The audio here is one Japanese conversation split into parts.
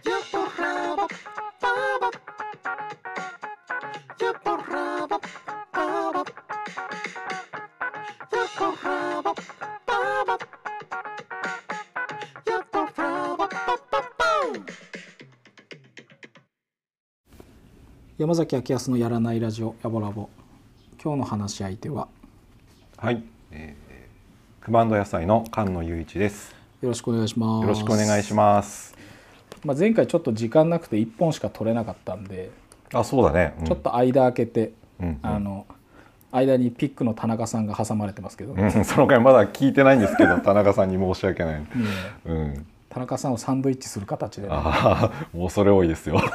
山崎明康のやらないラジオやぼラボ。今日の話し相手ははい、クマンド野菜の菅野雄一です。 よろしくお願いします。 よろしくお願いします。 前回ちょっと時間なくて1本しか取れなかったんで、 あ、そうだね、 ちょっと間開けて、 うんうん、 間にピックの田中さんが挟まれてますけど、 その回まだ聞いてないんですけど田中さんに申し訳ない、 田中さんをサンドイッチする形で、ね、 もうそれ多いですよ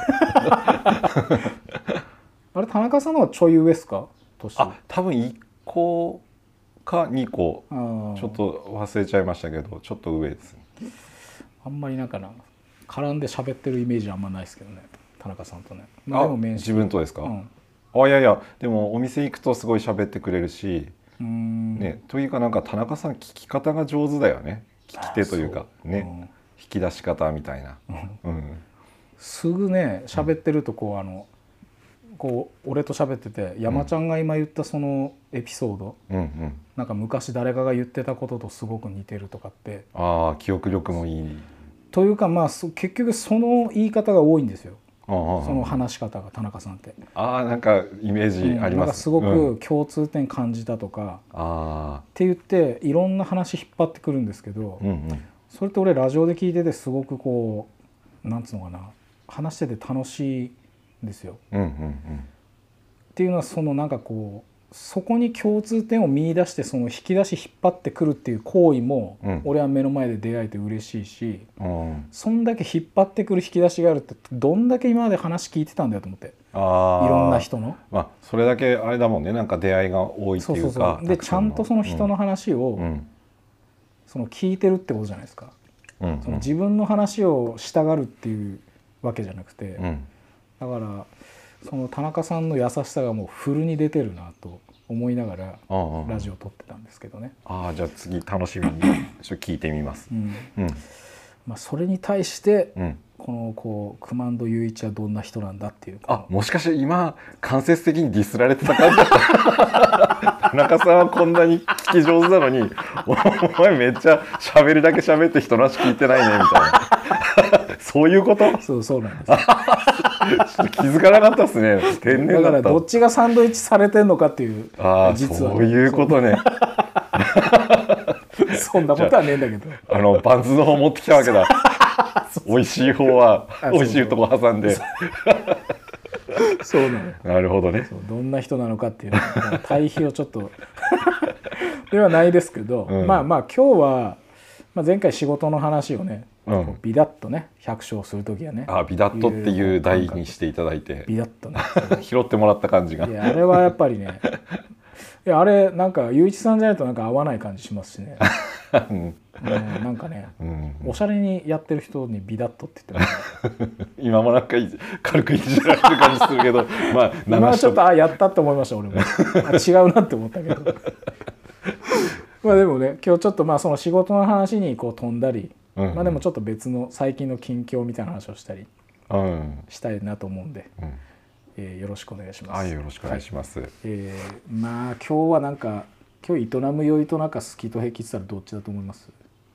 あれ田中さんのはちょい上ですか？年。 多分1個か2個ちょっと忘れちゃいましたけど、ちょっと上ですね。 あんまり絡んで喋ってるイメージあんまないですけどね、田中さんとね。 でも自分とですか？いやでもお店行くとすごい喋ってくれるし、ね、というか田中さん聞き方が上手だよね。聞き手というかね、引き出し方みたいな、 すぐね喋ってるとこう俺と喋ってて、山ちゃんが今言ったそのエピソード、昔誰かが言ってたこととすごく似てるとかって、 記憶力もいいというか、結局その言い方が多いんですよ。その話し方が田中さんって。 イメージあります。 すごく共通点感じたとか、って言っていろんな話引っ張ってくるんですけど、それって俺ラジオで聞いててすごくなんつうのかな、話してて楽しいんですよ。っていうのはそこに共通点を見出してその引き出し引っ張ってくるっていう行為も、俺は目の前で出会えて嬉しいし、そんだけ引っ張ってくる引き出しがあるってどんだけ今まで話聞いてたんだよと思って、いろんな人の、 それだけあれだもんね、出会いが多いっていうか、 でちゃんとその人の話を、その聞いてるってことじゃないですか。その自分の話をしたがるっていうわけじゃなくて、だからその田中さんの優しさがもうフルに出てるなと思いながらラジオを撮ってたんですけどね。 じゃあ次楽しみにちょっと聞いてみます。 それに対して、このクマンド雄一はどんな人なんだっていう。 もしかして今間接的にディスられてた感じだった田中さんはこんなに聞き上手なのにお前めっちゃ喋るだけ喋って人の話聞いてないねみたいなそういうこと？ そうなんですちょっと気づかなかったですね。天然だった。 だからどっちがサンドイッチされてんのかっていう。 実はそういうことね。 そんなことはねえんだけど。 バンズの方持ってきたわけだ。美味しい方は美味しいとこ挟んで。 そうなの。 なるほどね。 どんな人なのかっていう対比をちょっとではないですけど、今日は、前回仕事の話をね、ビダッとね100勝する時はね、 ビダッとっていう題にしていただいて、 ビダッとね拾ってもらった感じが。 いやあれはやっぱりね、あれ雄一さんじゃないと合わない感じしますしね。おしゃれにやってる人にビダッとって言ってます今も軽くいじられてる感じするけど今はちょっとやったって思いました俺も。違うなって思ったけどでもね今日ちょっとその仕事の話に飛んだり、でもちょっと別の最近の近況みたいな話をしたりしたいなと思うんで、よろしくお願いします。 よろしくお願いします。 今日は今日営む酔いと好きと癖って言ったらどっちだと思います？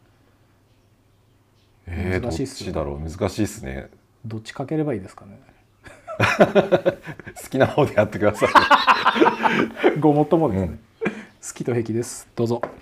難しいっすね。どっちだろう。難しいですね。 どっちかければいいですかね。 好きな方でやってください。ごもっともですね。好きと癖です。どうぞ。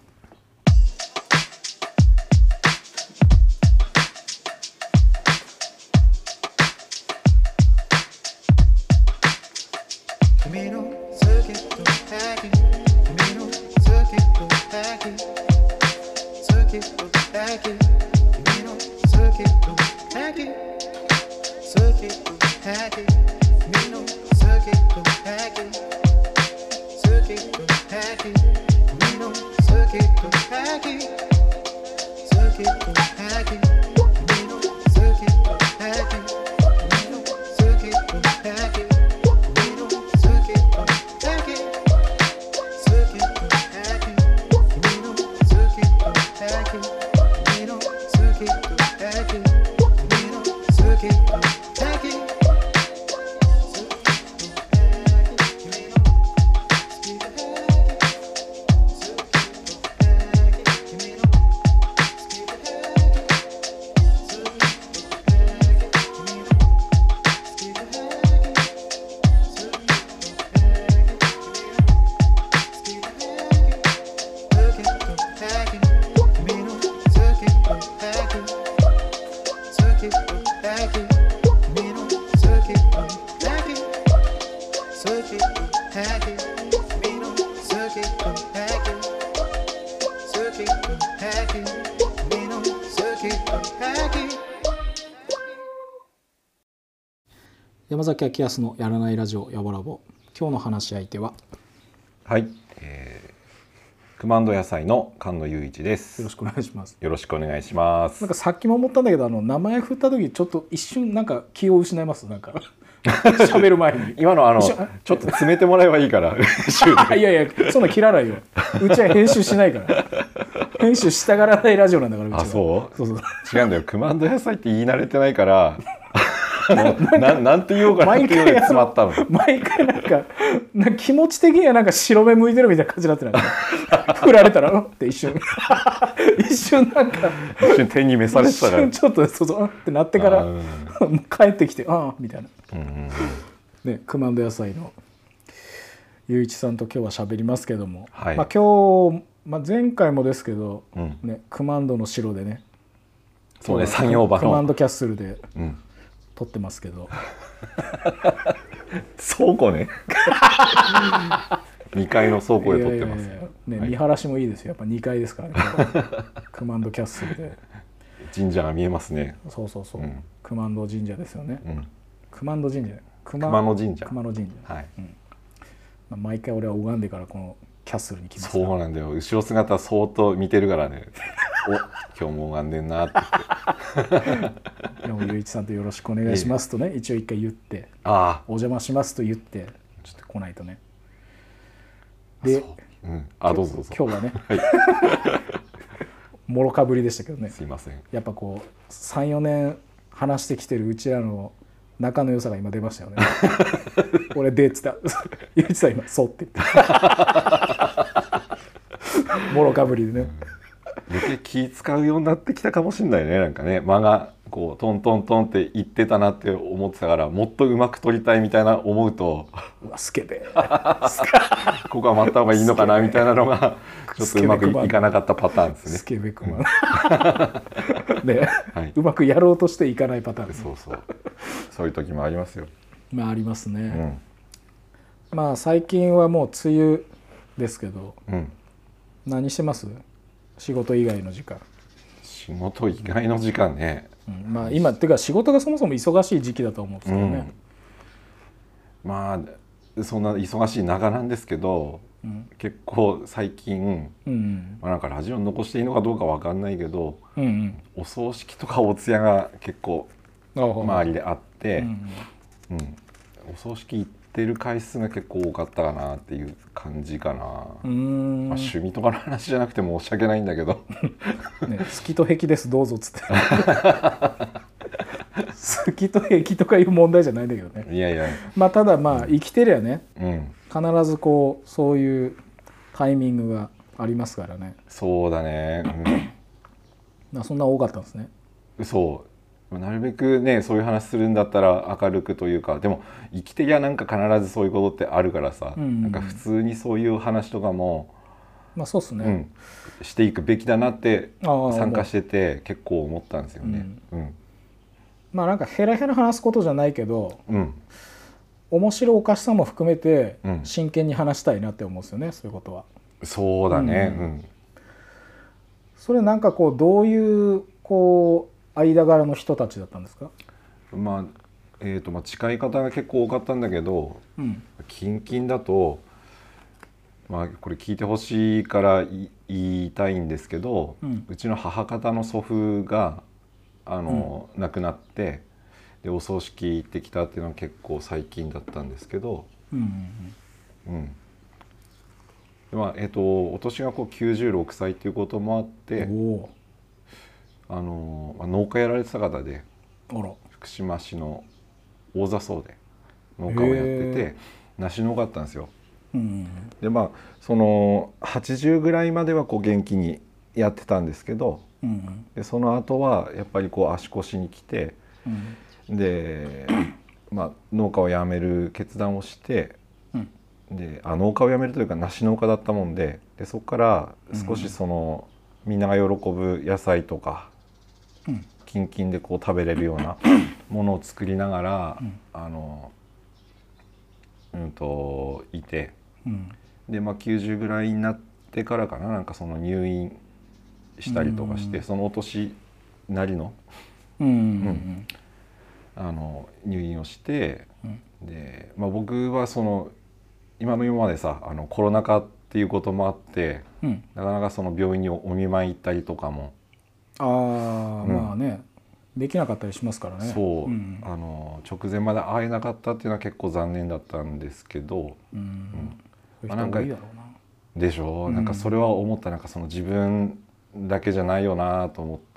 Circuit 山崎明康のやらないラジオやぼらぼ。今日の話し相手ははい、クマンド野菜の菅野雄一です。 よろしくお願いします。 よろしくお願いします。 なんかさっきも思ったんだけど、名前振った時ちょっと一瞬なんか気を失います。なんか喋る前に今のちょっと詰めてもらえばいいからいやいや、そんな切らないよ。うちは編集しないから編集したがらないラジオなんだから。うちは。 そうそう違うんだよ。クマンド野菜って言い慣れてないからなんて言おうかなっていうので詰まったの。 毎回なんか気持ち的にはなんか白目向いてるみたいな感じになってない振られたらって一瞬なんか一瞬手に召されてたからちょっとそうってなってから帰ってきてみたいな、ね、クマンド野菜の雄一さんと今日は喋りますけども、 はい、 今日、前回もですけど、ね、クマンドの城でね、 そうね、山陽場のクマンドキャッスルで、撮ってますけど倉庫ね2階の倉庫で撮ってます。 ね、見晴らしもいいですよ。やっぱ2階ですからねクマンドキャッスルで神社が見えますね。 そう、クマンド神社ですよね、クマンド神社熊野神社、はい、毎回俺は拝んでからこのキャッスルに来ますから。 そうなんだよ。後ろ姿相当見てるからね今日も拝んでんなって言ってでも雄一さんとよろしくお願いしますとね、一応一回言って、お邪魔しますと言ってちょっと来ないとね。で、 どうぞどうぞ。 今日はね、もろかぶりでしたけどね。 すいません。 やっぱこう 3,4 年話してきてるうちらの仲の良さが今出ましたよね俺でっつった雄一さん今そうって言ってもろかぶりでね、 余計気使うようになってきたかもしれないね。なんかね、間がこうトントントンって言ってたなって思ってたから、もっとうまく撮りたいみたいな思うとスケベここは待った方がいいのかなみたいなのがちょっとうまくいかなかったパターンですね。 スケベクマンね、うまくやろうとしていかないパターン、ね、 そういう時もありますよ。 ありますね、最近はもう梅雨ですけど、何してます？仕事以外の時間。 仕事以外の時間ね、 今っていうか仕事がそもそも忙しい時期だと思うんですけどね、 そんな忙しい中なんですけど、結構最近、なんかラジオに残していいのかどうかわかんないけど、お葬式とかお通夜が結構周りであって、お葬式行ってる回数が結構多かったかなっていう感じかな。趣味とかの話じゃなくて申し訳ないんだけどね、好きと癖ですどうぞっつって好きと癖とかいう問題じゃないんだけどね。 いやいや、 ただ生きてりゃね、必ずこうそういうタイミングがありますからね。 そうだね、 そんな多かったんですね。 そうなるべくね、そういう話するんだったら明るくというか、でも生きてりゃなんか必ずそういうことってあるからさ、なんか普通にそういう話とかもそうっすね、 していくべきだなって参加してて結構思ったんですよね。 なんかヘラヘラ話すことじゃないけど、面白おかしさも含めて真剣に話したいなって思うんですよね、そういうことは。 そうだね、 それなんかこうどういうこう間柄の人たちだったんですか？ 近い方が結構多かったんだけど、近々だとこれ聞いてほしいから言いたいんですけど、うちの母方の祖父が亡くなってでお葬式行ってきたっていうのは結構最近だったんですけど、お年がこう96歳っていうこともあって農家やられてた方で、福島市の大座荘で農家をやってて梨農家だったんですよ。でその80ぐらいまではこう元気にやってたんですけど、でその後はやっぱりこう足腰に来て、で、農家を辞める決断をして、で農家を辞めるというか梨農家だったもんで、そこから少しみんなが喜ぶ野菜とか、 キンキンでこう食べれるようなものを作りながら、いて、で90ぐらいになってからかな、なんかその入院したりとかして、そのお年なりの、入院をして、で、僕はその今までさコロナ禍っていうこともあって、なかなかその病院にお見舞い行ったりとかもまあねできなかったりしますからね。 そう、直前まで会えなかったっていうのは結構残念だったんですけど、なんかでしょ、なんかそれは思った、なんかその自分だけじゃないよなと思って、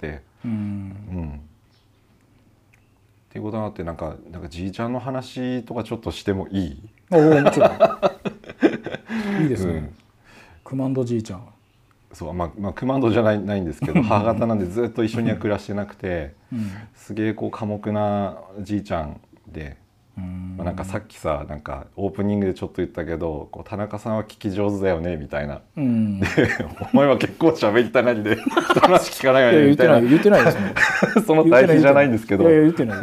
っていうことがあって、なんかじいちゃんの話とかちょっとしてもいい？ もちろんいいですね、クマンドじいちゃん。 そう、クマンドじゃないんですけど母方なんでずっと一緒には暮らしてなくて、すげえこう寡黙なじいちゃんで、なんかさっきさ、なんかオープニングでちょっと言ったけど、こう田中さんは聞き上手だよねみたいな、でお前は結構喋りたがりで人の話聞かないよねみたいな、 言ってないですねその対比じゃないんですけど、 言ってな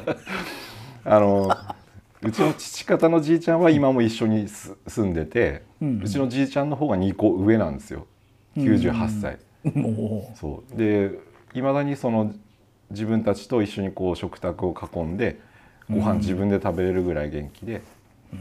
いうちの父方のじいちゃんは今も一緒に住んでて、うちのじいちゃんの方が2個上なんですよ、98歳。そうで、いまだにその自分たちと一緒にこう食卓を囲んでご飯自分で食べれるぐらい元気で、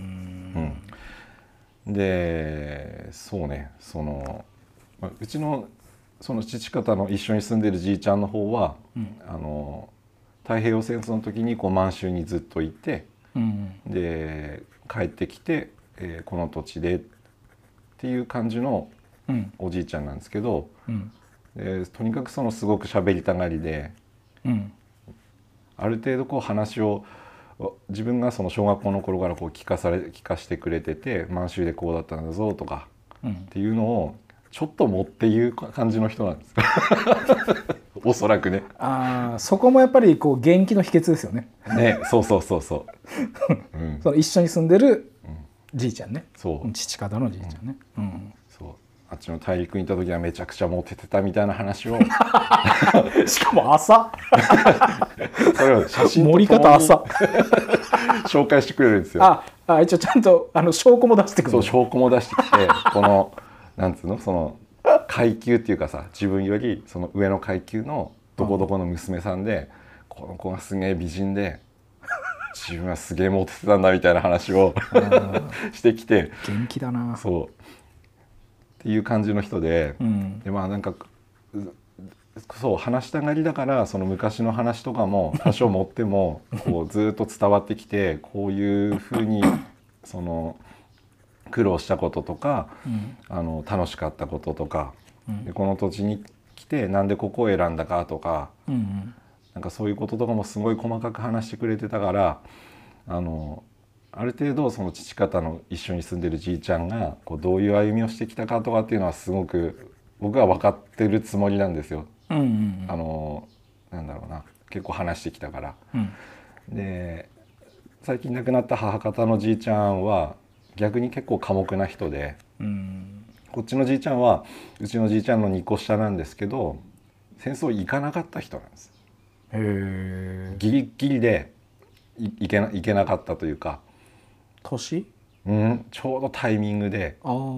でそうね、そのうちのその父方の一緒に住んでるじいちゃんの方は、太平洋戦争の時にこう満州にずっといて、で帰ってきて、この土地でっていう感じのおじいちゃんなんですけど、とにかくそのすごく喋りたがりで、ある程度こう話を自分がその小学校の頃からこう聞かしてくれてて、満州でこうだったんだぞとかっていうのをちょっと持っていう感じの人なんですおそらくね。 そこもやっぱりこう元気の秘訣ですよね。 そう、その一緒に住んでるじいちゃんね、父方のじいちゃんね、 そう、あっちの大陸にいた時はめちゃくちゃモテてたみたいな話をしかも朝それを写真盛り方朝紹介してくれるんですよ。 一応ちゃんと証拠も出してくる。 そう証拠も出してきてこのなんつうの、その階級っていうかさ、自分よりその上の階級のどこどこの娘さんで、この子がすげえ美人で自分はすげえモテてたんだみたいな話をしてきて、 元気だな。 そうっていう感じの人で、でなんかそう話したがりだから、その昔の話とかも多少持ってもこうずっと伝わってきて、こういうふうにその苦労したこととか、楽しかったこととか、でこの土地に来てなんでここを選んだかとか、なんかそういうこととかもすごい細かく話してくれてたから、ある程度その父方の一緒に住んでるじいちゃんがこうどういう歩みをしてきたかとかっていうのはすごく僕は分かってるつもりなんですよ。なんだろうな、結構話してきたから。で最近亡くなった母方のじいちゃんは逆に結構寡黙な人で、こっちのじいちゃんはうちのじいちゃんの2個下なんですけど、戦争行かなかった人なんです。ギリギリで行けなかったというか、 年？ ちょうどタイミングで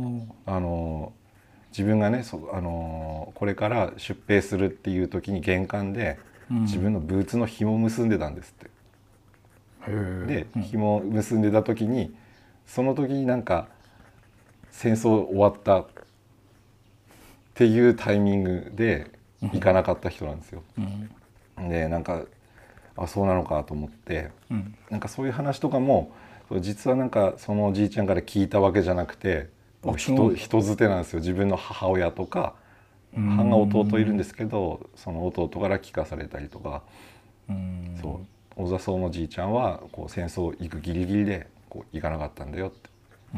自分がねこれから出兵するっていう時に玄関で自分のブーツの紐を結んでたんですって。で紐を結んでた時に、その時になんか戦争終わったっていうタイミングで行かなかった人なんですよ。でなんかそうなのかと思って、なんかそういう話とかも実はなんかそのおじいちゃんから聞いたわけじゃなくて、人づてなんですよ。自分の母親とか、母が弟いるんですけど、その弟から聞かされたりとか、そう小座荘のじいちゃんはこう戦争行くギリギリでこう行かなかったんだよって。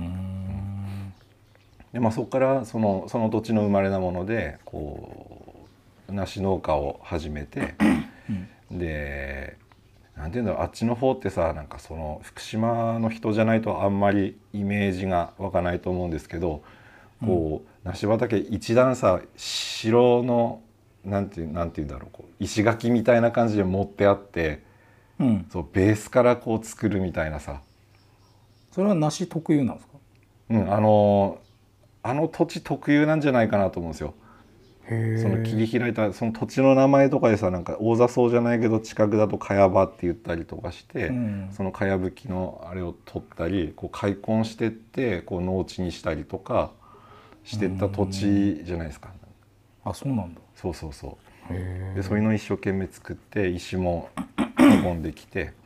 でそこからその土地の生まれなものでこう梨農家を始めてでなんていうんだろう、あっちの方ってさ、なんかその福島の人じゃないとあんまりイメージが湧かないと思うんですけど、こう梨畑一段さ、白のなんていうんだろう、こう石垣みたいな感じで持ってあって、 うん、 そうベースからこう作るみたいなさ。 それは梨特有なんですか？ うん、あの土地特有なんじゃないかなと思うんですよ。その切り開いたその土地の名前とかでさ、なんか大座草じゃないけど近くだと茅場って言ったりとかして、その茅葺きのあれを取ったりこう開墾してってこう農地にしたりとかしてった土地じゃないですか。 あ、そうなんだ。 そうそうそう。でそういうのを一生懸命作って石も運んできて、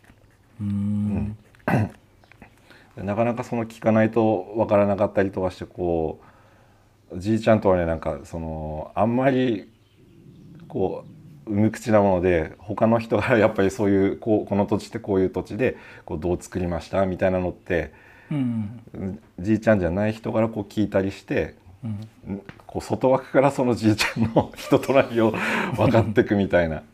なかなかその聞かないとわからなかったりとかして、こうじいちゃんとはね、なんかそのあんまりこう無口なもので、他の人がやっぱりそういうこの土地ってこういう土地でこうどう作りましたみたいなのって、じいちゃんじゃない人からこう聞いたりして、こう外枠からそのじいちゃんの人となりを分かっていくみたいな、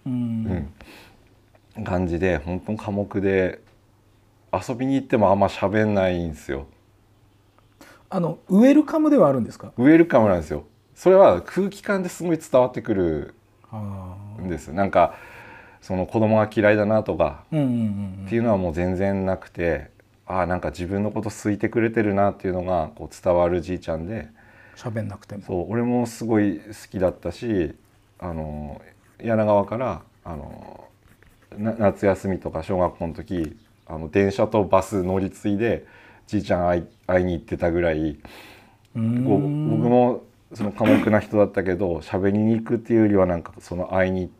感じで、本当に寡黙で遊びに行ってもあんま喋んないんですよ。 ウェルカムではあるんですか？ ウェルカムなんですよ。それは空気感ですごい伝わってくるんです。なんかその子供が嫌いだなとかっていうのはもう全然なくて、なんか自分のこと好いてくれてるなっていうのがこう伝わるじいちゃんで、 喋んなくても。 そう俺もすごい好きだったし、柳川から夏休みとか小学校の時電車とバス乗り継いでじいちゃん会いに行ってたぐらい、僕もその寡黙な人だったけど喋りに行くっていうよりはなんかその会いに行って、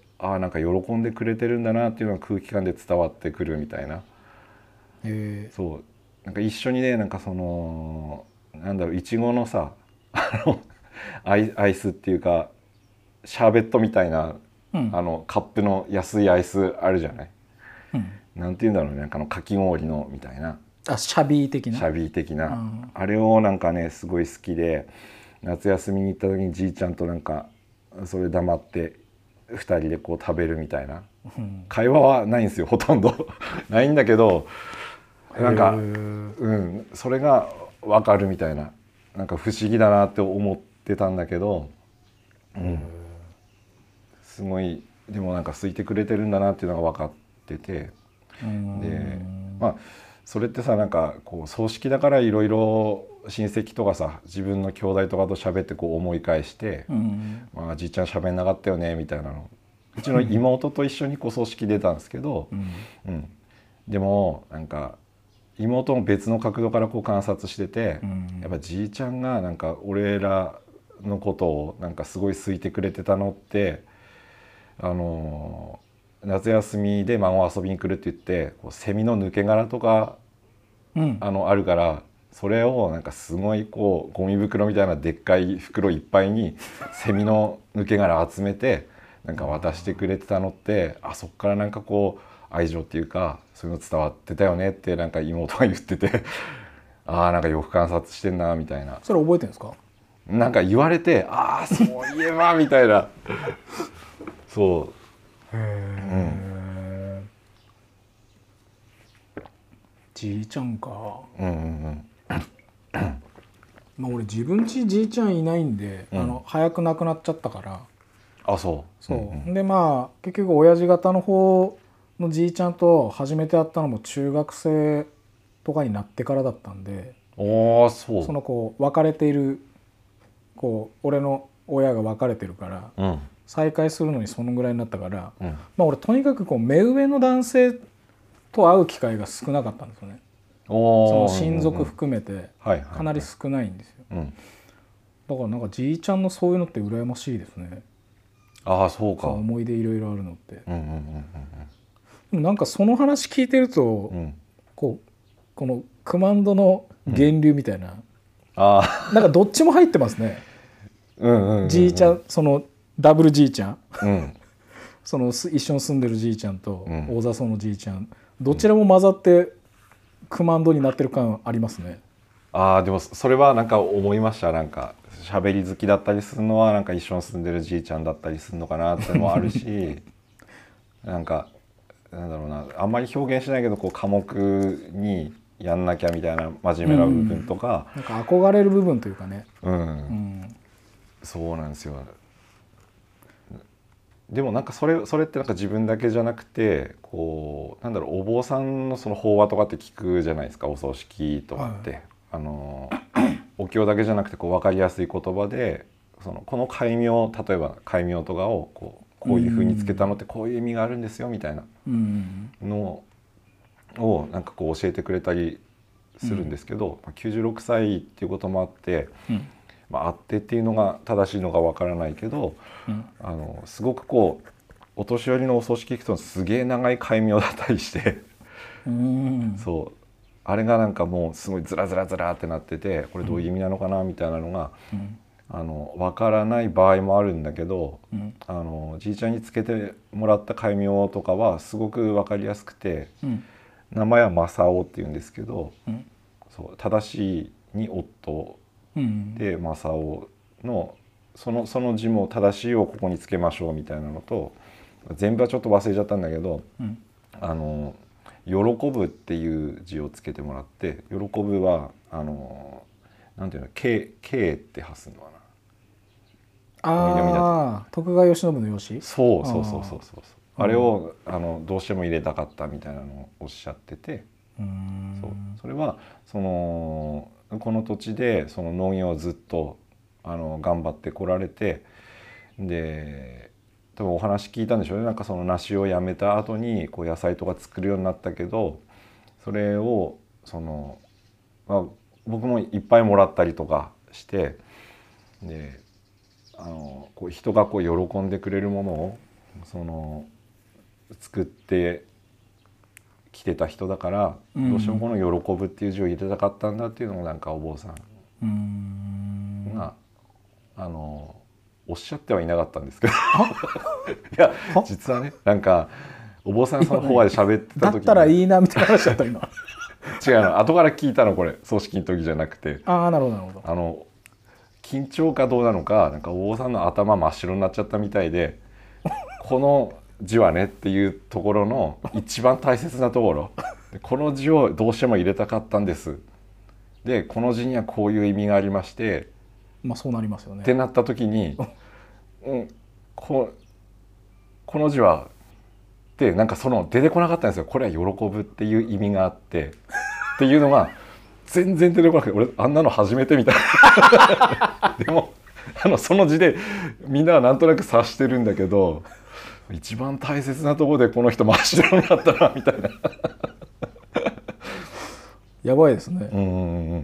なんか喜んでくれてるんだなっていうのが空気感で伝わってくるみたいな。そうなんか一緒にね、なんかそのなんだろう、いちごのさアイスっていうかシャーベットみたいな、カップの安いアイスあるじゃない、なんていうんだろうね、なんかかき氷のみたいな、 シャビー的な。 シャビー的な、あれをなんかねすごい好きで、夏休みに行った時にじいちゃんとなんかそれ黙って2人でこう食べるみたいな、会話はないんですよ、ほとんどないんだけど、なんかそれが分かるみたいな、なんか不思議だなって思ってたんだけど、すごいでもなんか好いてくれてるんだなっていうのが分かってて、でそれってさ、なんかこう葬式だからいろいろ親戚とかさ自分の兄弟とかと喋ってこう思い返して、じいちゃん喋んなかったよねみたいなの、うちの妹と一緒にこう葬式出たんですけど、でもなんか妹も別の角度からこう観察してて、やっぱじいちゃんがなんか俺らのことをなんかすごい好いてくれてたのって、夏休みで孫遊びに来るって言ってこうセミの抜け殻とか、あるから、それをなんかすごいこうゴミ袋みたいなでっかい袋いっぱいにセミの抜け殻集めてなんか渡してくれてたのって、そっからなんかこう愛情っていうかそういうの伝わってたよねってなんか妹が言っててなんかよく観察してんなみたいな。 それ覚えてるんですか？ なんか言われてそういえばみたいなそう。 じいちゃんか。俺自分家じいちゃんいないんで、早く亡くなっちゃったから。そう。で結局親父方の方のじいちゃんと初めて会ったのも中学生とかになってからだったんで、そのこう別れているこう俺の親が別れてるから、再会するのにそのぐらいになったから、俺とにかくこう目上の男性と会う機会が少なかったんですよね。その親族含めてかなり少ないんですよ。だからなんかじいちゃんのそういうのって羨ましいですね。 そうか。 思い出いろいろあるのって。でもなんかその話聞いてると、このクマンドの源流みたいな、なんかどっちも入ってますね。じいちゃん、そのダブルじいちゃん、その一緒に住んでるじいちゃんと大座荘のじいちゃん、どちらも混ざってクマンドになってる感ありますね。 でもそれはなんか思いました。なんか喋り好きだったりするのはなんか一緒に住んでるじいちゃんだったりするのかなってのもあるしなんかなんだろうな、あんまり表現しないけどこう寡黙にやんなきゃみたいな真面目な部分とか、 なんか憧れる部分というかね。 そうなんですよ。 でもなんかそれってなんか自分だけじゃなくてこうなんだろうお坊さんのその法話とかって聞くじゃないですかお葬式とかって、お経だけじゃなくてこう分かりやすい言葉でこの戒名例えば戒名とかをこういう風につけたのってこういう意味があるんですよみたいなのをなんかこう教えてくれたりするんですけど、96歳っていうこともあって、あってっていうのが正しいのかわからないけど、すごくこうお年寄りのお葬式行くとすげえ長い戒名だったりしてそうあれがなんかもうすごいズラズラズラってなっててこれどういう意味なのかなみたいなのがわからない場合もあるんだけど、じいちゃんにつけてもらった戒名とかはすごくわかりやすくて、名前は正雄っていうんですけど、そう正しいに夫で正雄のその字も正しいをここにつけましょうみたいなのと全部はちょっと忘れちゃったんだけど、喜ぶっていう字をつけてもらって喜ぶはなんていうの K って発するのかな。 徳川慶喜の養子。 そうあれをどうしても入れたかったみたいなのをおっしゃってて、それはこの土地でその農業をずっと頑張ってこられてで多分お話聞いたんでしょうね。なんかその梨をやめた後にこう野菜とか作るようになったけどそれを僕もいっぱいもらったりとかしてでこう人がこう喜んでくれるものを作ってきてた人だから、どうしてもこの「喜ぶ」っていう字を入れたかったんだっていうのをなんかお坊さんがおっしゃってはいなかったんですけどいや実はねなんかお坊さんその方で喋ってた時にだったらいいなみたいな話だった今違うの後から聞いたのこれ葬式の時じゃなくてなるほどなるほど緊張かどうなのかなんかお坊さんの頭真っ白になっちゃったみたいでこの字はねっていうところの一番大切なところこの字をどうしても入れたかったんですでこの字にはこういう意味がありましてそうなりますよねってなった時に、この字はでなんか出てこなかったんですよ。これは喜ぶっていう意味があってっていうのが全然出てこなくて俺あんなの初めてみたいなでもその字でみんなはなんとなく察してるんだけど一番大切なところでこの人真っ白になったなみたいなやばいですね。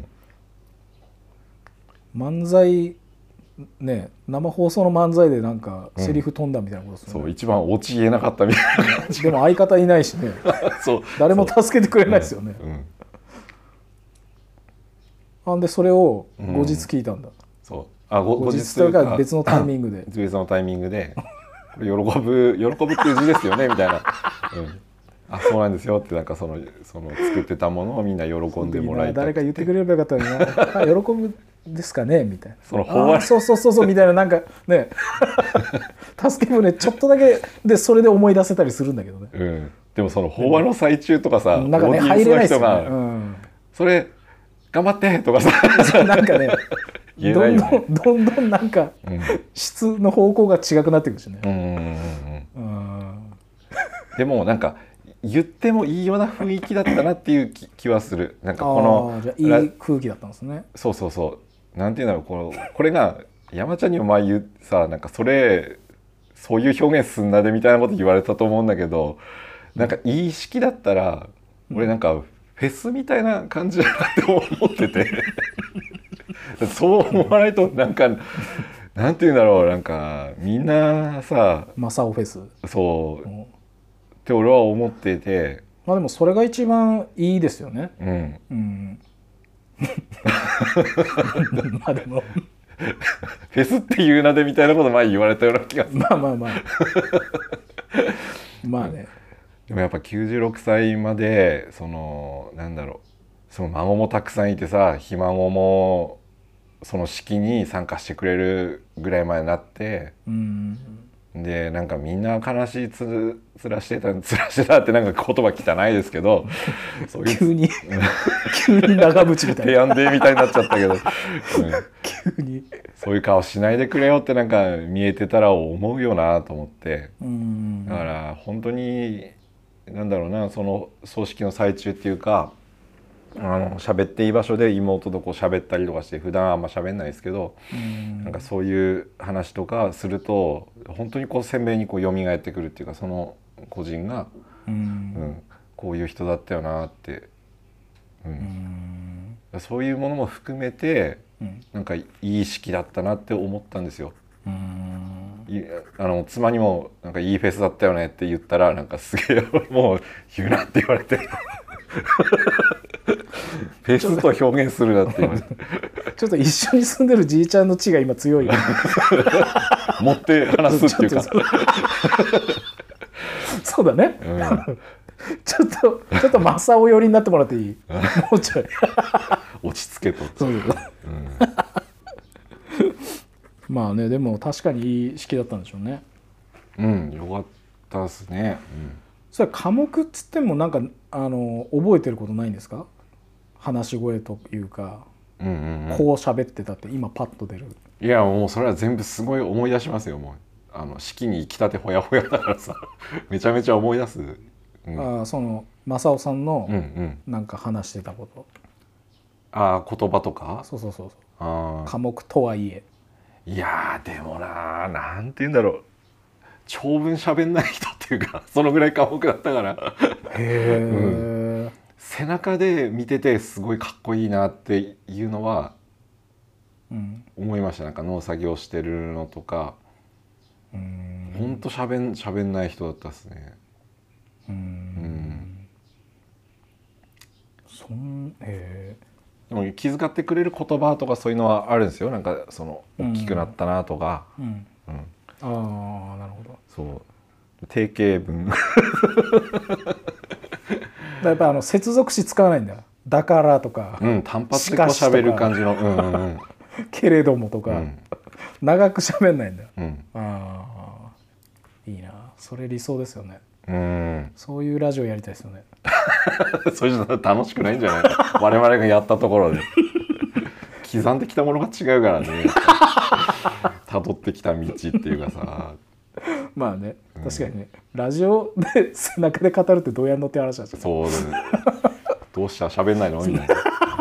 漫才ね生放送の漫才でなんかセリフ飛んだみたいなことですよね。 そう一番オチ言えなかったみたいな感じでも相方いないしねそう誰も助けてくれないですよね。でそれを後日聞いたんだ。後日というか別のタイミングで別のタイミングでこれ喜ぶっていう字ですよねみたいな、そうなんですよってなんかその作ってたものをみんな喜んでもらいたい誰か言ってくれればよかったのに喜ぶですかねみたいなそうみたいななんかね助け舟ちょっとだけでそれで思い出せたりするんだけどね、 でもその法話の最中とかさなんかね入れないですよね、 それ頑張ってとかさなんかねどんどんなんか質の方向が違くなってくるしね。 でもなんか言ってもいいような雰囲気だったなっていう気はする。なんかこのじゃあいい空気だったんですね。 そうなんていうんだろうこれが山ちゃんにも前言うさなんかそういう表現すんなでみたいなこと言われたと思うんだけどなんかいい式だったら俺なんかフェスみたいな感じだなって思っててそう思わないとなんかなんていうんだろうなんかみんなさマサオフェスそうって俺は思っててでもそれが一番いいですよね。でもフェスっていう名でみたいなこと前言われたような気がする。 まあねでもやっぱ96歳までなんだろうその孫もたくさんいてさひ孫もその式に参加してくれるぐらいまでなって、 でなんかみんな悲しいつらしてたってなんか言葉汚いですけどそういう急に長渕みたいな提案でみたいになっちゃったけど、 急にそういう顔しないでくれよってなんか見えてたら思うよなと思って、だから本当になんだろうな、その葬式の最中っていうか喋っていい場所で妹とこう喋ったりとかして、普段あんま喋んないですけど、なんかそういう話とかすると本当にこう鮮明にこう蘇ってくるっていうか、その個人が、こういう人だったよなって、そういうものも含めて、なんかいい式だったなって思ったんですよ。妻にもなんかいいフェスだったよねって言ったら、なんかすげえもう言うなって言われてフェスと表現するなって言われてちょっと一緒に住んでるじいちゃんの血が今強いよ持って話すっていうかそうだね、ちょっと正雄寄りになってもらっていいもうちょい落ち着けと。 まあね、でも確かにいい式だったんでしょうね。 よかったですね。 それ科目っつってもなんか覚えてることないんですか？話し声というか、こう喋ってたって今パッと出る。 いやもうそれは全部すごい思い出しますよ。もう式に行きたてほやほやだからさめちゃめちゃ思い出す。 その正雄さんのなんか話してたこと。 言葉とか。 そう科目とはいえ。 いやでもなんて言うんだろう、長文喋んない人っていうかそのぐらい科目だったから背中で見ててすごいかっこいいなっていうのは思いました。なんか農作業してるのとかほんと喋んない人だったですね。でも気遣ってくれる言葉とかそういうのはあるんですよ。なんかその大きくなったなとか、 ああなるほど。 そう定型文やっぱ接続詞使わないんだよ。だからとか、 単発でこう喋る感じのけれどもとか、長く喋んないんだよ。いいな、それ理想ですよね。そういうラジオやりたいですよね。 それじゃ楽しくないんじゃないか我々がやったところで刻んできたものが違うからね辿ってきた道っていうかさまあね、確かにね、ラジオで背中で語るってどうやるのって話だし、 そうですねどうしたら喋んないのみたいな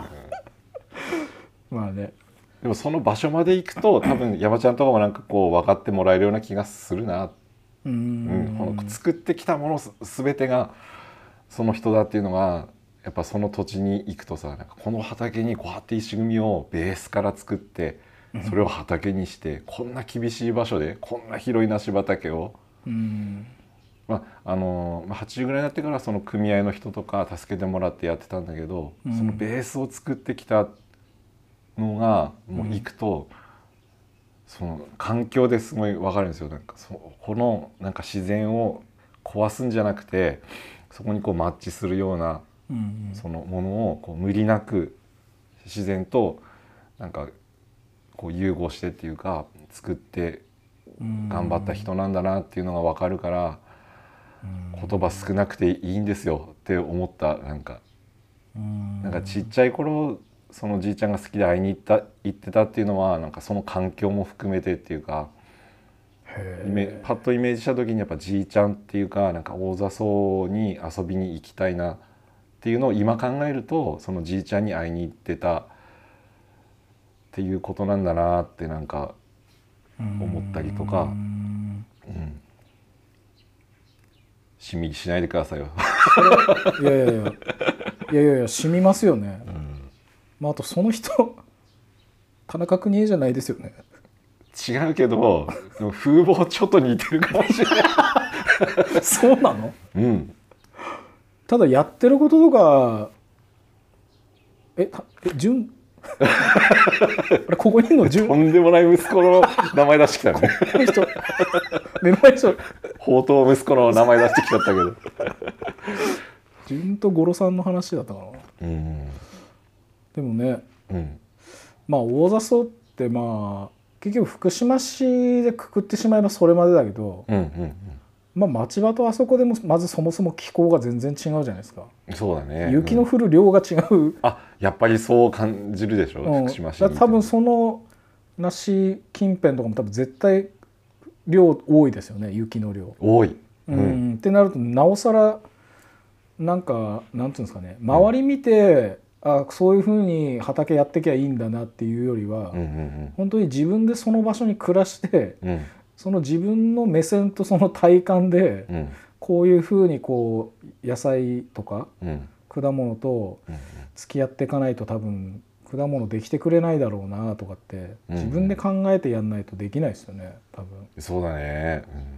まあね、 でもその場所まで行くと多分山ちゃんとかもなんかこう分かってもらえるような気がするな。この作ってきたもの全てがその人だっていうのがやっぱその土地に行くとさ、なんかこの畑にこうやって石組みをベースから作ってそれを畑にしてこんな厳しい場所でこんな広い梨畑を、80ぐらいになってからその組合の人とか助けてもらってやってたんだけど、そのベースを作ってきたのがもう行くと、その環境ですごい分かるんですよ。なんかこのなんか自然を壊すんじゃなくてそこにこうマッチするようなそのものをこう無理なく自然となんかこう融合してっていうか作って頑張った人なんだなっていうのが分かるから、言葉少なくていいんですよって思った。なんかちっちゃい頃そのじいちゃんが好きで会いに行ってたっていうのはなんかその環境も含めてっていうか、パッとイメージした時にやっぱじいちゃんっていうかなんか大座荘に遊びに行きたいなっていうのを今考えると、そのじいちゃんに会いに行ってたっていうことなんだなってなんか思ったりとか、しみりしないでくださいよいやしみますよね。あとその人田中邦衛じゃないですよね。 違うけど風貌ちょっと似てるかもしれないそうなの？ただやってることとか順ここにいるの順とんでもない息子の名前出してきたね目の前に人宝刀息子の名前出してきちゃったけど順と五郎さんの話だったかな。でもね、まあ大座荘ってまあ結局福島市でくくってしまえばそれまでだけど、まあ町場とあそこでもまずそもそも気候が全然違うじゃないですか。 そうだね。 雪の降る量が違う。 やっぱりそう感じるでしょ、福島市に。 多分その梨近辺とかも多分絶対量多いですよね、雪の量。 多い。 ってなるとなおさらなんかなんていうんですかね、周り見て、そういうふうに畑やってきゃいいんだなっていうよりは、本当に自分でその場所に暮らして、その自分の目線とその体感で、こういうふうにこう野菜とか果物と付き合っていかないと多分果物できてくれないだろうなとかって自分で考えてやんないとできないですよね、多分。 そうだね。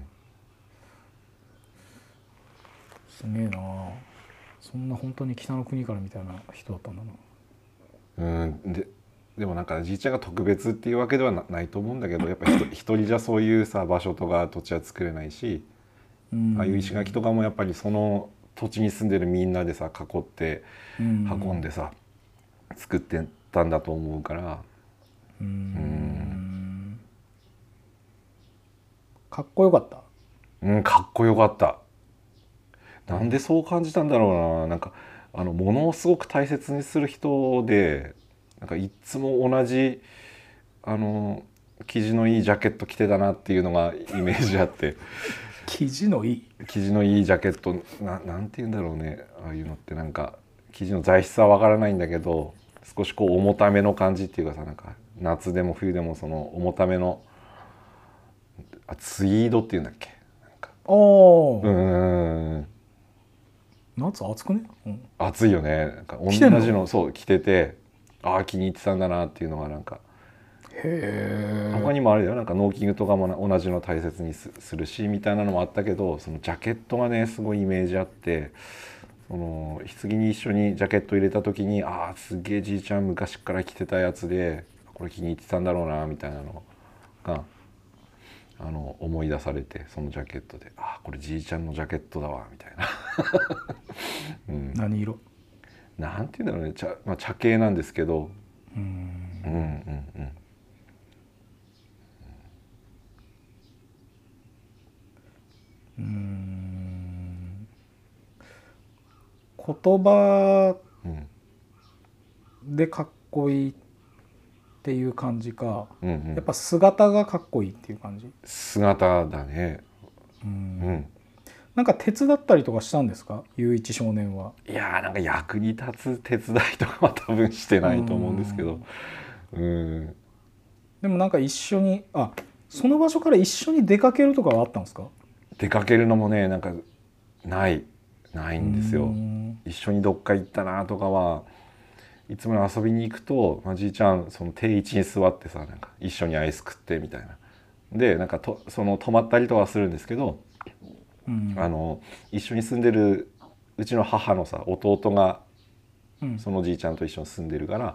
すげえな。そんな本当に北の国からみたいな人だったんだな。 でもなんかじいちゃんが特別っていうわけではないと思うんだけど、やっぱ一人じゃそういうさ場所とか土地は作れないし、ああいう石垣とかもやっぱりその土地に住んでるみんなでさ囲って運んでさ、作ってたんだと思うから。 かっこよかった。 かっこよかった。なんでそう感じたんだろうな。なんか物をすごく大切にする人で、なんかいつも同じ生地のいいジャケット着てたなっていうのがイメージあって生地のいいジャケットなんて言うんだろうね、ああいうのって。なんか生地の材質はわからないんだけど、少しこう重ための感じっていうかさ、なんか夏でも冬でもその重ためのツイードっていうんだっけ、なんか夏暑くね、 暑いよね。なんか同じのそう着てて、気に入ってたんだなっていうのがなんか。他にもあるよ、なんかノーキングとかも同じの大切にするしみたいなのもあったけど、そのジャケットがねすごいイメージあって、その棺に一緒にジャケット入れた時にすげえじいちゃん昔から着てたやつでこれ気に入ってたんだろうなみたいなのが思い出されて、そのジャケットでこれじいちゃんのジャケットだわみたいな。 何色なんていうんだろうね、茶系なんですけど、 言葉でかっこいいっていう感じか、やっぱ姿がかっこいいっていう感じ。 姿だね。 なんか手伝ったりとかしたんですか、雄一少年は。 いやなんか役に立つ手伝いとかは多分してないと思うんですけど、 でもなんか一緒にその場所から一緒に出かけるとかはあったんですか。 出かけるのもねなんかないんですよ。一緒にどっか行ったなとかはいつも遊びに行くと、じいちゃんその定位置に座ってさ、なんか一緒にアイス食ってみたいなで、なんかその泊まったりとかはするんですけど、一緒に住んでるうちの母のさ弟がそのじいちゃんと一緒に住んでるから、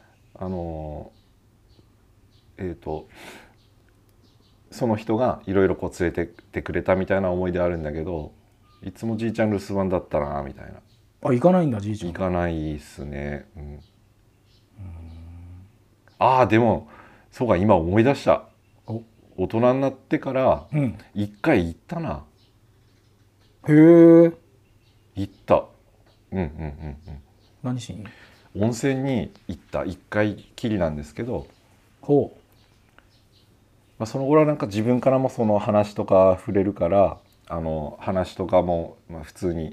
その人がいろいろこう連れてってくれたみたいな思い出あるんだけど、いつもじいちゃん留守番だったなみたいな。 行かないんだじいちゃん。 行かないっすね。でもそうか、今思い出した。大人になってから一回行ったな。 へえ。 行った。 何しに？ 温泉に行った一回きりなんですけど、その頃はなんか自分からもその話とか触れるから、話とかも普通に、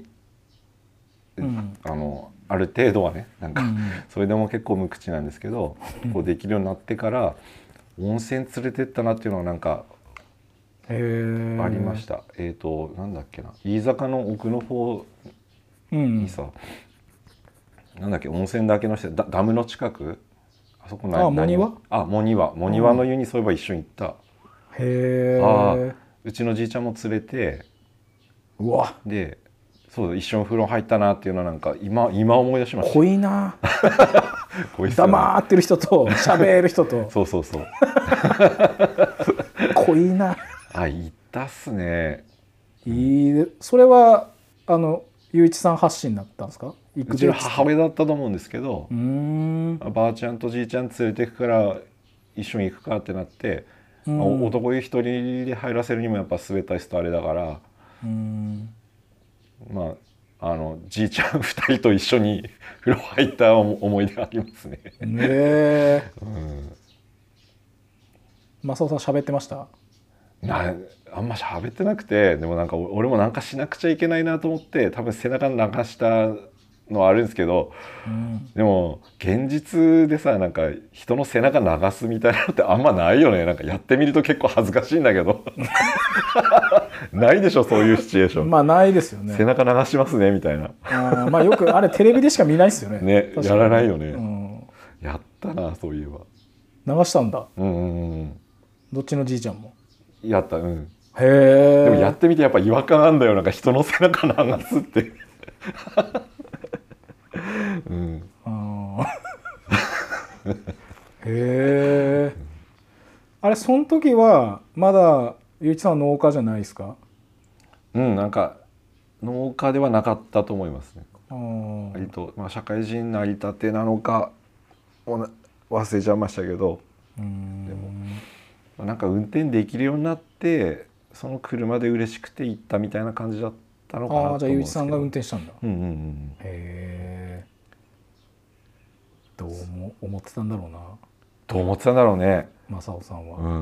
ある程度はね、なんかそれでも結構無口なんですけど、こうできるようになってから温泉連れてったなっていうのはなんかありました。なんだっけな、飯坂の奥の方にさ、なんだっけ、温泉だけの人ダムの近く、あそこない？ モニワ？ モニワの湯にそういえば一緒に行った。うちのじいちゃんも連れて、でそう一緒に風呂入ったなっていうのはなんか今思い出しました。 濃いな黙ってる人と喋る人とそう濃いな。 行ったっすね。 それは雄一さん発信だったんですか？ うちの母親だったと思うんですけど、ばあちゃんとじいちゃん連れてくから一緒に行くかってなって、男湯一人で入らせるにもやっぱスウェッタースとあれだから、まあじいちゃん2人と一緒に風呂入った思い出ありますね。 正雄さん喋ってました？ あんま喋ってなくて、でもなんか俺もなんかしなくちゃいけないなと思って多分背中流したのはあるんですけど、でも現実でさなんか人の背中流すみたいなのってあんまないよね。なんかやってみると結構恥ずかしいんだけどないでしょそういうシチュエーション。 まあないですよね。 背中流しますねみたいな。 まあよくあれテレビでしか見ないですよね。 ね、やらないよね、やったなそういえば。 流したんだ。どっちのじいちゃんもやった。へえ。 でもやってみてやっぱ違和感あんだよ。なんか人の背中流すってへえ。あれその時はまだゆういちさんは農家じゃないですか？ なんか農家ではなかったと思いますね。割と、社会人になりたてなのか忘れちゃいましたけど、でもなんか運転できるようになってその車で嬉しくて行ったみたいな感じだったのかなと思うんですけど。 じゃあゆういちさんが運転したんだ。 へえ。どうも思ってたんだろうな。 どう思ってたんだろうね正雄さんは。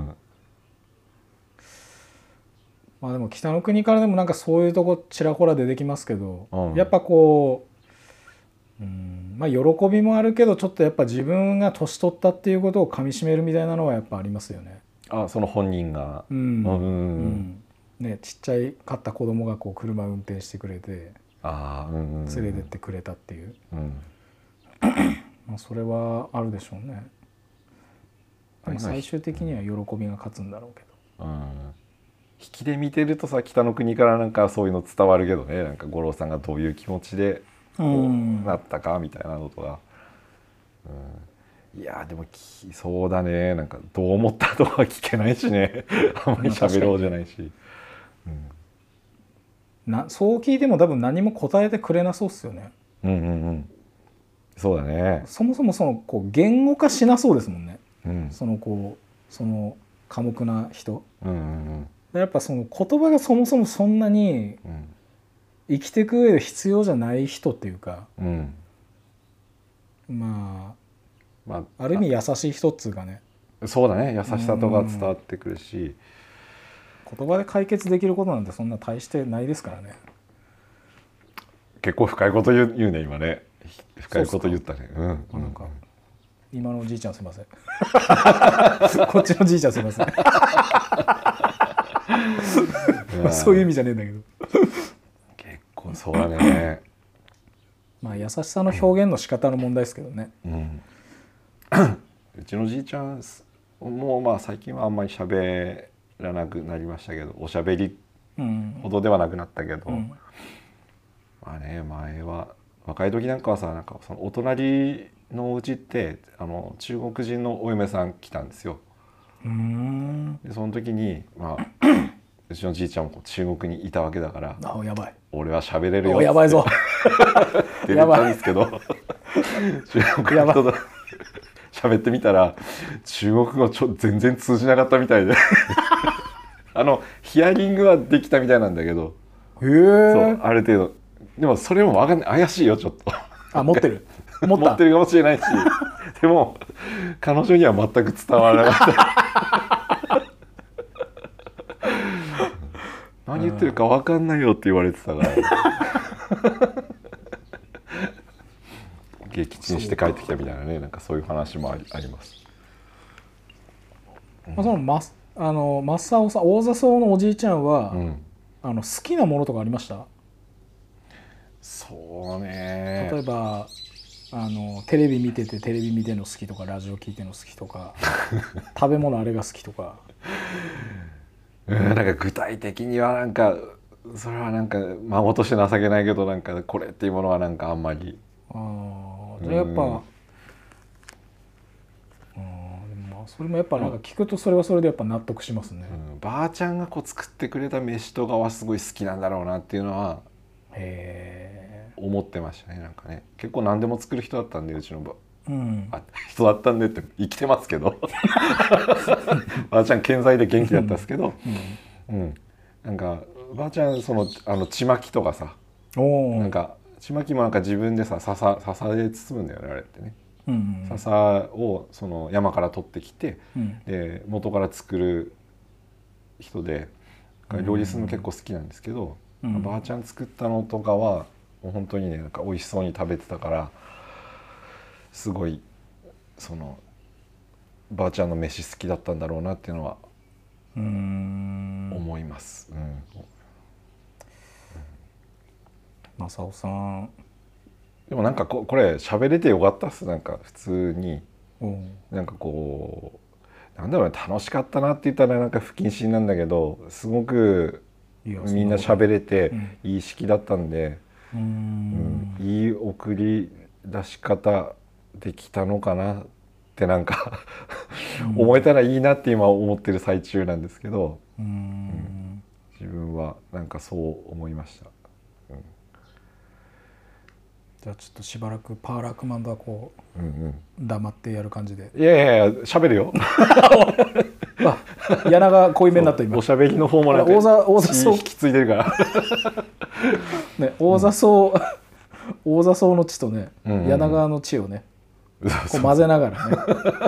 まあでも北の国からでもなんかそういうとこちらほら出てきますけど、やっぱこう、まあ喜びもあるけどちょっとやっぱ自分が年取ったっていうことをかみしめるみたいなのはやっぱありますよね。 その本人が。 ね、ちっちゃいかった子供がこう車運転してくれて連れてってくれたっていう、まあそれはあるでしょうね。でも最終的には喜びが勝つんだろうけど。 引きで見てるとさ北の国からなんかそういうの伝わるけどね。なんか五郎さんがどういう気持ちでこうなったかみたいなのとか、いやでもそうだね。なんかどう思ったとは聞けないしねあんまり喋ろうじゃないし、 そう聞いても多分何も答えてくれなそうっすよね。 そうだね。 そもそもそのこう言語化しなそうですもんね、その寡黙な人、やっぱその言葉がそもそもそんなに生きていく上で必要じゃない人っていうか、まあある意味優しい人っつうかね。 そうだね。優しさとか伝わってくるし、 言葉で解決できることなんてそんな大してないですからね。 結構深いこと言うね今ね。深いこと言ったね。 なんか今のおじいちゃんすいませんこっちのじいちゃんすいませんそういう意味じゃねえんだけど結構そうだね。 まあ優しさの表現の仕方の問題ですけどね。 うちのじいちゃんもまあ最近はあんまり喋らなくなりましたけど、おしゃべりほどではなくなったけど、まあね、前は若い時なんかはさ、なんかそのお隣のお家って中国人のお嫁さん来たんですよ。でその時にうちのじいちゃんも中国にいたわけだから、 やばい、 俺は喋れるよやばいぞって言ったんですけど中国の人と喋ってみたら中国語全然通じなかったみたいでヒアリングはできたみたいなんだけど、そうある程度でもそれも分かんない、怪しいよちょっと。 持ってる持ってるかもしれないしでも彼女には全く伝わらなかった何言ってるか分かんないよって言われてたから撃沈して帰ってきたみたいなね、なんかそういう話もあります。 その正雄さん、大座荘のおじいちゃんは、好きなものとかありました？ そうね、 例えばテレビ見ててテレビ見てるの好きとか、ラジオ聞いてるの好きとか食べ物あれが好きとかなんか具体的にはなんかそれはなんか孫として情けないけど、なんかこれっていうものはなんかあんまり。 じゃあやっぱそれもやっぱなんか聞くとそれはそれでやっぱ納得しますね。 ばあちゃんがこう作ってくれた飯とかはすごい好きなんだろうなっていうのは思ってましたね。なんかね、結構何でも作る人だったんでうちの人だったんでって生きてますけどばあちゃん健在で元気だったんですけど、なんかばあちゃんちまきとかさ、なんかちまきもなんか自分でさ笹で包むんだよねあれってね。笹をその山から取ってきて、で元から作る人で料理するの結構好きなんですけど、ばあちゃん作ったのとかはもう本当にねなんか美味しそうに食べてたから、すごいばあちゃんの飯好きだったんだろうなっていうのは思います。 正雄さんでもなんかこれ喋れてよかったっす。なんか普通になんかこうなんだろうね、楽しかったなって言ったらなんか不謹慎なんだけど、すごくみんな喋れていい式だったんで、いい送り出し方できたのかなってなんか思えたらいいなって今思ってる最中なんですけど、自分はなんかそう思いました。 じゃあちょっとしばらくパーラークマンドはこう、黙ってやる感じで。 いや喋るよ柳が濃いめになった今。 おしゃべりの方もなんか大座引き継いでるからね、大座草の地とね、柳川の地をねこう混ぜながらね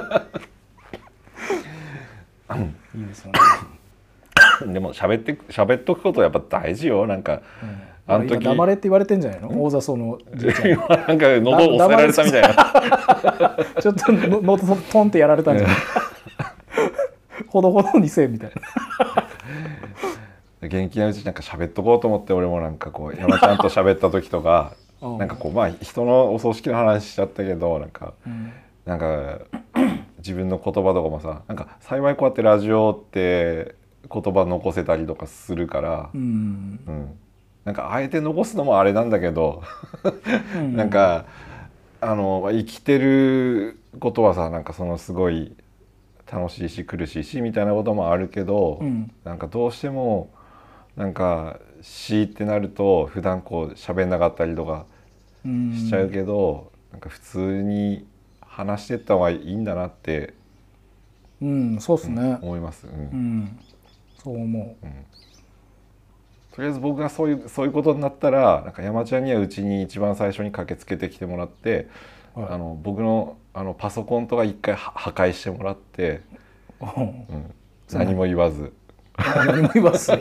いいですよね。 でも喋っとくことやっぱ大事よ。なんか、 あの時黙れって言われてんじゃないの、大座草のじいちゃんなんか喉押さえられたみたいなちょっと喉トンってやられたんじゃないほどほどにせえみたいな。元気なうちなんか喋っとこうと思って、俺もなんかこう山ちゃんと喋った時とかなんかこう人のお葬式の話しちゃったけど、なんか自分の言葉とかもさ、なんか幸いこうやってラジオって言葉残せたりとかするから、なんかあえて残すのもあれなんだけどなんか生きてることはさ、なんかすごい楽しいし苦しいしみたいなこともあるけど、なんかどうしてもなんか死ってなると普段こう喋んなかったりとかしちゃうけど、なんか普通に話してった方がいいんだなって、 そうっすね、 思います。 そう思う。 とりあえず僕がそういうことになったら、なんか山ちゃんにはうちに一番最初に駆けつけてきてもらって、僕のパソコンとか一回破壊してもらって、何も言わず何も言わず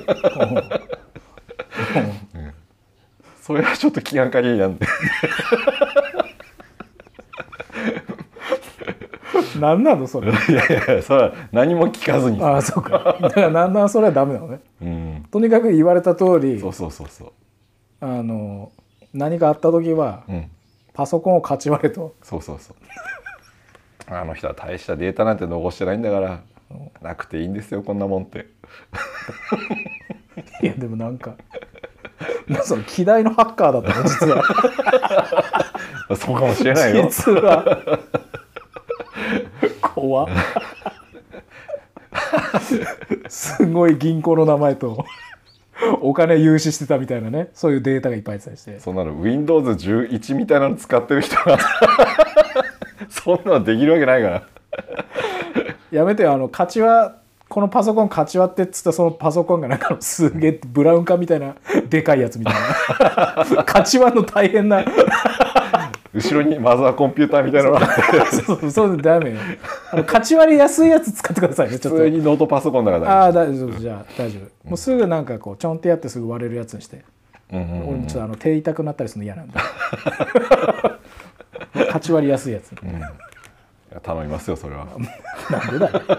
それはちょっと気がかりなんで何なのそれ。 いやそれは何も聞かずに。 ああそうか。だから何なのそれはダメなのね。とにかく言われた通り、何かあった時は、パソコンを勝ち割れと。 あの人は大したデータなんて残してないんだからなくていいんですよこんなもんっていやでもなんかその希代のハッカーだったの実はそうかもしれないよ実は怖っすごい銀行の名前とお金融資してたみたいなね、そういうデータがいっぱい入ってたりして、 そんなの Windows11 みたいなの使ってる人がそんなのできるわけないからやめてよ。勝ちはこのパソコン勝ち割ってっつったそのパソコンがなんかすげえブラウン管みたいなでかいやつみたいな勝ち割るの大変な後ろにマザーコンピューターみたいなのがあってそうダメよ。勝ち割り安いやつ使ってくださいね。ちょっと普通にノートパソコンだから大丈夫。じゃあ大丈夫。もうすぐなんかこうちょんってやってすぐ割れるやつにして、俺もちょっと手痛くなったりするの嫌なんで勝ち割り安いやつ、 頼みますよそれはなんでだよ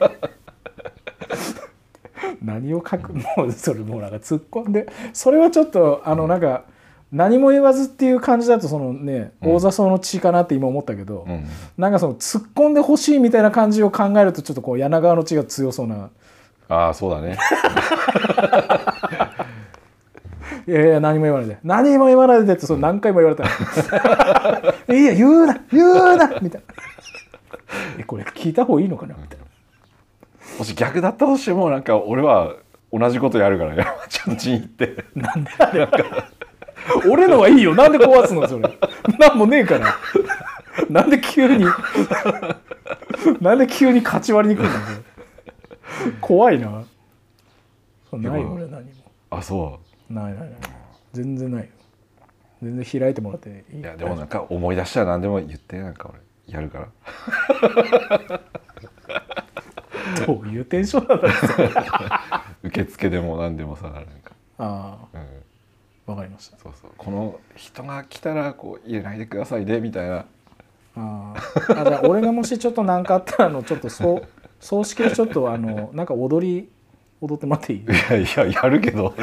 何を書く、もうそれもうなんか突っ込んで、それはちょっとなんか何も言わずっていう感じだとそのね、大座草の血かなって今思ったけど、なんかその突っ込んでほしいみたいな感じを考えるとちょっとこう柳川の血が強そうな。 ああそうだねいや何も言わないでってそれ何回も言われたらいや言うなみたいなこれ聞いた方がいいのかなみたいな。 もし逆だったとしてもなんか俺は同じことやるから山ちゃん家に行ってなんでだよ俺のはいいよ、なんで壊すのそれなんもねえからなんで急になんで急に勝ち割りに来るの怖いな。ないよ俺何も。 あ、そう。 ない全然ないよ。全然開いてもらっていい。 いやでもなんか思い出したら何でも言って、なんか俺やるから。 どういうテンションなんだろう。 受付でも何でもさ、なんか。 ああ、わかりました。 そうそう、この人が来たらこう入れないでくださいねみたいな。 あじゃあ俺がもしちょっと何かあったらちょっと葬式でちょっとなんか踊ってもらっていい？ いややるけど。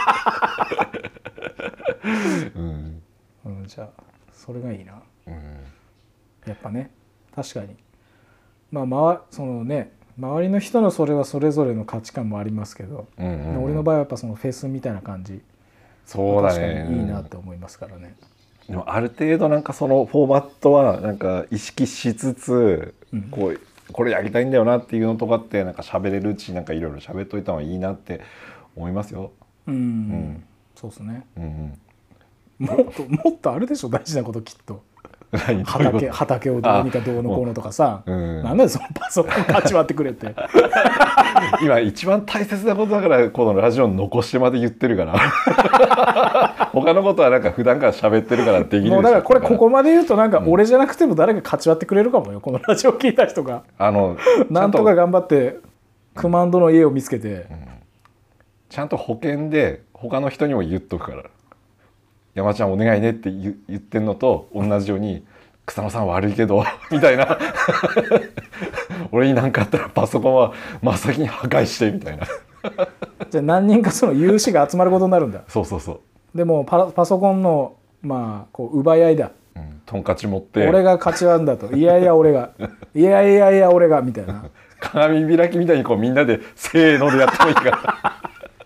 じゃあそれがいいな。 うん、 やっぱね、確かにまあそのね、周りの人のそれはそれぞれの価値観もありますけど、俺の場合はやっぱそのフェスみたいな感じ、 そうだね、 確かにいいなって思いますからね。 でもある程度なんかそのフォーマットはなんか意識しつつ、これやりたいんだよなっていうのとかってなんか喋れるうちになんかいろいろ喋っといた方がいいなって思いますよ。 そうですね。もっとあるでしょ、大事なこときっと。畑をどうにかどうのこうのとかさ、なんだよそのパソコン勝ち割ってくれって今一番大切なことだからこのラジオに残してまで言ってるから他のことはなんか普段から喋ってるからできる。 もうだからこれここまで言うとなんか俺じゃなくても誰か勝ち割ってくれるかもよ、このラジオ聞いた人が。なんとか頑張ってクマンドの家を見つけて、 ちゃんと保険で他の人にも言っとくから、山ちゃんお願いねって言ってんのと同じように、草野さん悪いけどみたいな俺に何かあったらパソコンは真っ先に破壊してみたいなじゃあ何人かその有志が集まることになるんだ。 そうでもパソコンのまあこう奪い合いだ、 トンカチ持って俺が勝ち割るんだと、いやいや俺がいや俺がみたいな、 鏡開きみたいにこうみんなでせーのでやってもいいから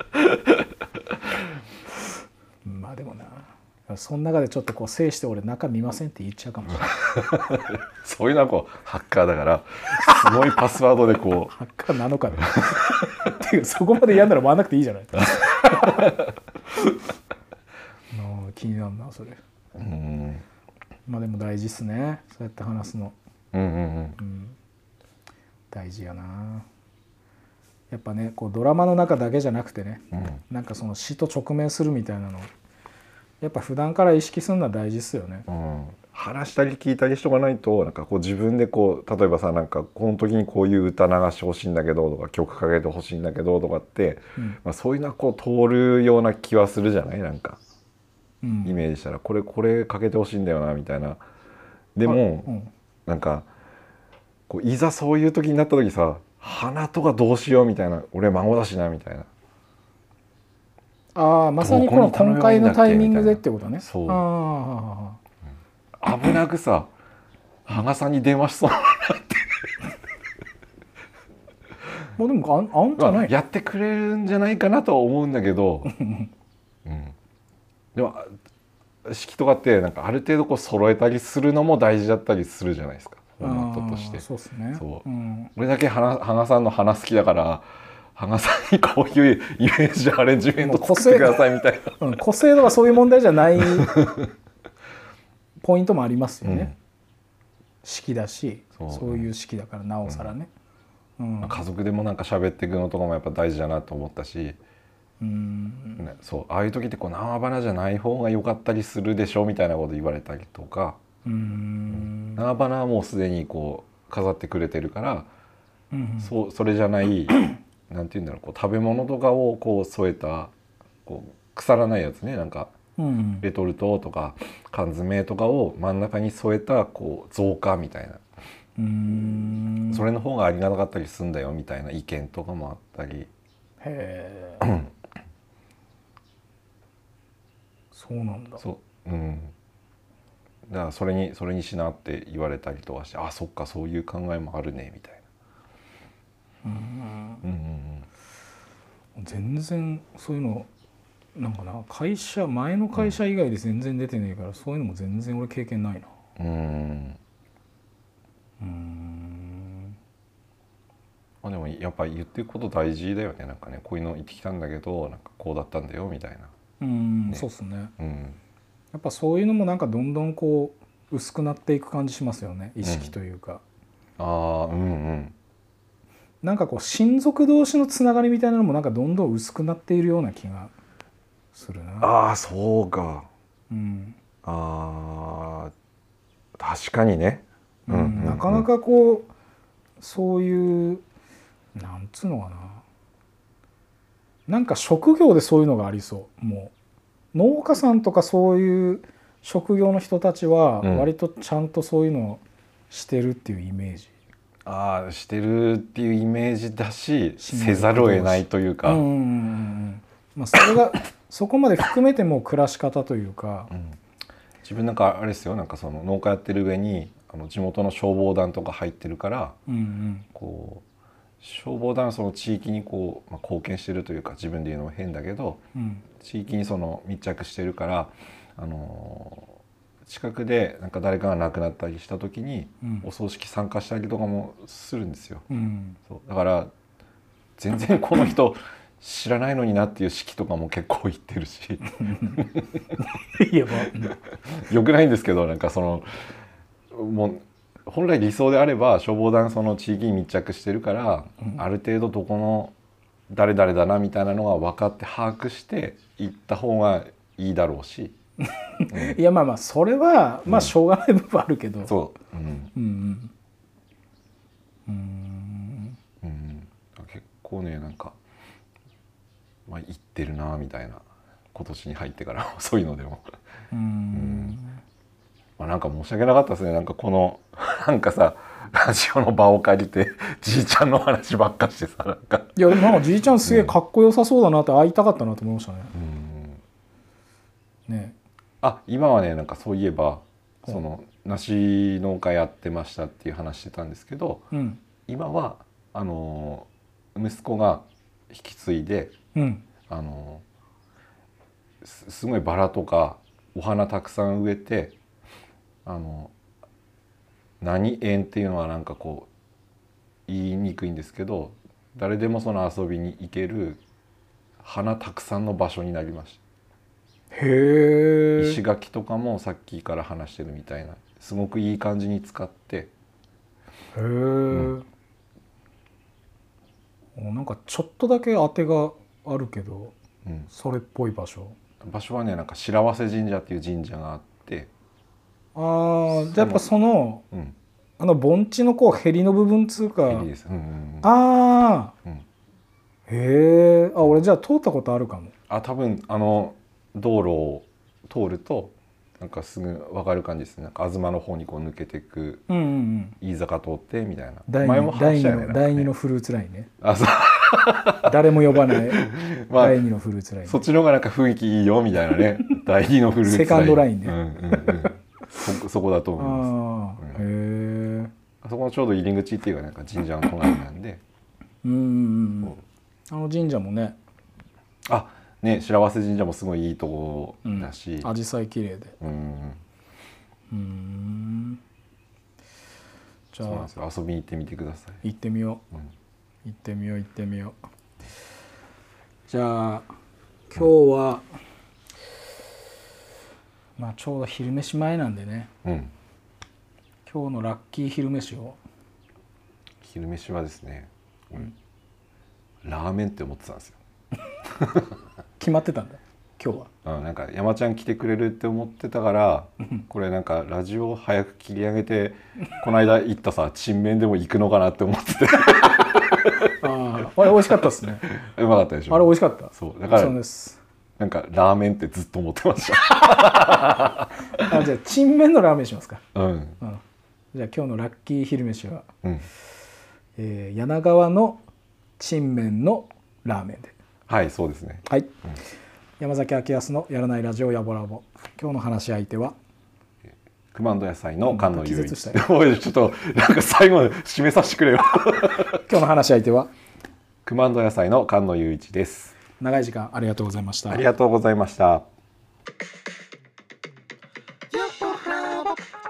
まあでもな、その中でちょっとこう制して俺中見ませんって言っちゃうかもしれないそういうのはこうハッカーだからすごいパスワードでこうハッカーなのかねっていうそこまでやんなら回んなくていいじゃない気になるなそれ。まあでも大事っすね、そうやって話すの。大事やな。やっぱねこうドラマの中だけじゃなくてね、なんかその死と直面するみたいなのやっぱ普段から意識するのは大事っすよね。 話したり聞いたりしとかないと、なんかこう自分でこう例えばさ、なんかこの時にこういう歌流してほしいんだけどとか曲かけてほしいんだけどとかって、そういうのはこう通るような気はするじゃない、なんか、イメージしたらこれかけてほしいんだよなみたいな。でも、なんかこういざそういう時になった時さ、花とかどうしようみたいな、俺孫だしなみたいな。 まさにこの今回のタイミングでってことね。 そう危なくさ、羽賀さんに電話しそうになってもうでもあんじゃない、 やってくれるんじゃないかなとは思うんだけどでも式とかってなんかある程度こう揃えたりするのも大事だったりするじゃないですか、フォーマットとして。 そうですね。 俺だけ羽賀さんの花好きだから、羽賀さんにこういうイメージアレンジメント作ってくださいみたいな個性度はそういう問題じゃないポイントもありますよね。式だし、そういう式だからなおさらね。 家族でもなんか喋っていくのとかもやっぱ大事だなと思ったし、そうああいう時ってこう生花じゃない方が良かったりするでしょみたいなこと言われたりとか、生花はもうすでにこう飾ってくれてるから、それじゃないなんていうんだろう、こう食べ物とかをこう添えたこう腐らないやつね、なんかレトルトとか缶詰とかを真ん中に添えたこう造花みたいな、それの方がありがたかったりするんだよみたいな意見とかもあったり。 へえそうなんだ。 だからそれにしなって言われたりとかして、あ、そっかそういう考えもあるねみたいな。 全然そういうのなんかな、前の会社以外で全然出てねえから、そういうのも全然俺経験ないな。 まあでもやっぱ言ってること大事だよね。なんかね、こういうの言ってきたんだけどなんかこうだったんだよみたいな。 そうっすね。やっぱそういうのもなんかどんどんこう薄くなっていく感じしますよね、意識というか、なんかこう親族同士のつながりみたいなのもなんかどんどん薄くなっているような気がするな。 そうか。確かにね。 なかなかこうそういうなんつうのかな、なんか職業でそういうのがありそう。もう農家さんとかそういう職業の人たちは割とちゃんとそういうのをしてるっていうイメージ、 してるっていうイメージだし、せざるを得ないというか、 それがそこまで含めても暮らし方というか、 自分なんかあれですよ、なんかその農家やってる上に地元の消防団とか入ってるから、こう消防団はその地域にこう、貢献してるというか、自分で言うのも変だけど、地域にその密着してるから、近くでなんか誰かが亡くなったりした時に、お葬式参加したりとかもするんですよ。そうだから全然この人知らないのになっていう式とかも結構行ってるしよくないんですけど、なんかそのもう本来理想であれば消防団その地域に密着してるから、ある程度どこの誰々だなみたいなのが分かって把握して行った方がいいだろうしいやそれはしょうがない部分あるけど、 結構ね、なんか行ってるなみたいな、今年に入ってからそういうのでもなんか申し訳なかったですね。なんかこのなんかさ、ラジオの場を借りてじいちゃんの話ばっかしてさ、なんかいやでもなんかじいちゃんすげえかっこよさそうだなって、会いたかったなと思いましたね。 今はね、なんかそういえばその梨農家やってましたっていう話してたんですけど、今は息子が引き継いで、すごいバラとかお花たくさん植えて、何園っていうのはなんかこう言いにくいんですけど、誰でもその遊びに行ける花たくさんの場所になりました。石垣とかもさっきから話してるみたいな、すごくいい感じに使って、 なんかちょっとだけ当てがあるけど、それっぽい場所はね、なんか白鷲神社っていう神社があって、 じゃあやっぱその、盆地のこうへりの部分つうか、へりです。俺じゃあ通ったことあるかも。 多分道路を通るとなんかすぐ分かる感じですね。なんか東の方にこう抜けていく、飯坂通ってみたいな。 第二のフルーツラインね。誰も呼ばない第二のフルーツライン、 そっちの方がなんか雰囲気いいよみたいなね。第二のフルーツライン、 セカンドラインね。 そこだと思います。あそこのちょうど入り口っていうか、なんか神社の隣なんで。 神社もね。 ね、白鷲神社もすごいいいとこだし、 アジサイ綺麗で。じゃあ遊びに行ってみてください。 行ってみよう。行ってみよう。じゃあ今日は、ちょうど昼飯前なんでね。今日のラッキー昼飯を。 昼飯はですね、ラーメンって思ってたんですよ。 決まってたんだ今日は。 なんか山ちゃん来てくれるって思ってたからこれなんかラジオ早く切り上げてこの間行ったさ珍麺でも行くのかなって思っててあれ美味しかったですね。 うまかったでしょ。 あれ美味しかった。 そうだからそうです。 なんかラーメンってずっと思ってました。 じゃあ珍麺のラーメンしますか。じゃあ今日のラッキー昼飯は、柳川の珍麺のラーメンで。 はいそうですね。 はい、山崎明康のやらないラジオやぼらぼ。今日の話し相手はクマンド野菜の菅野雄一。ちょっとなんか最後締めさせてくれよ。 今日の話し相手はクマンド野菜の菅野雄一です。 長い時間ありがとうございました。 ありがとうございました。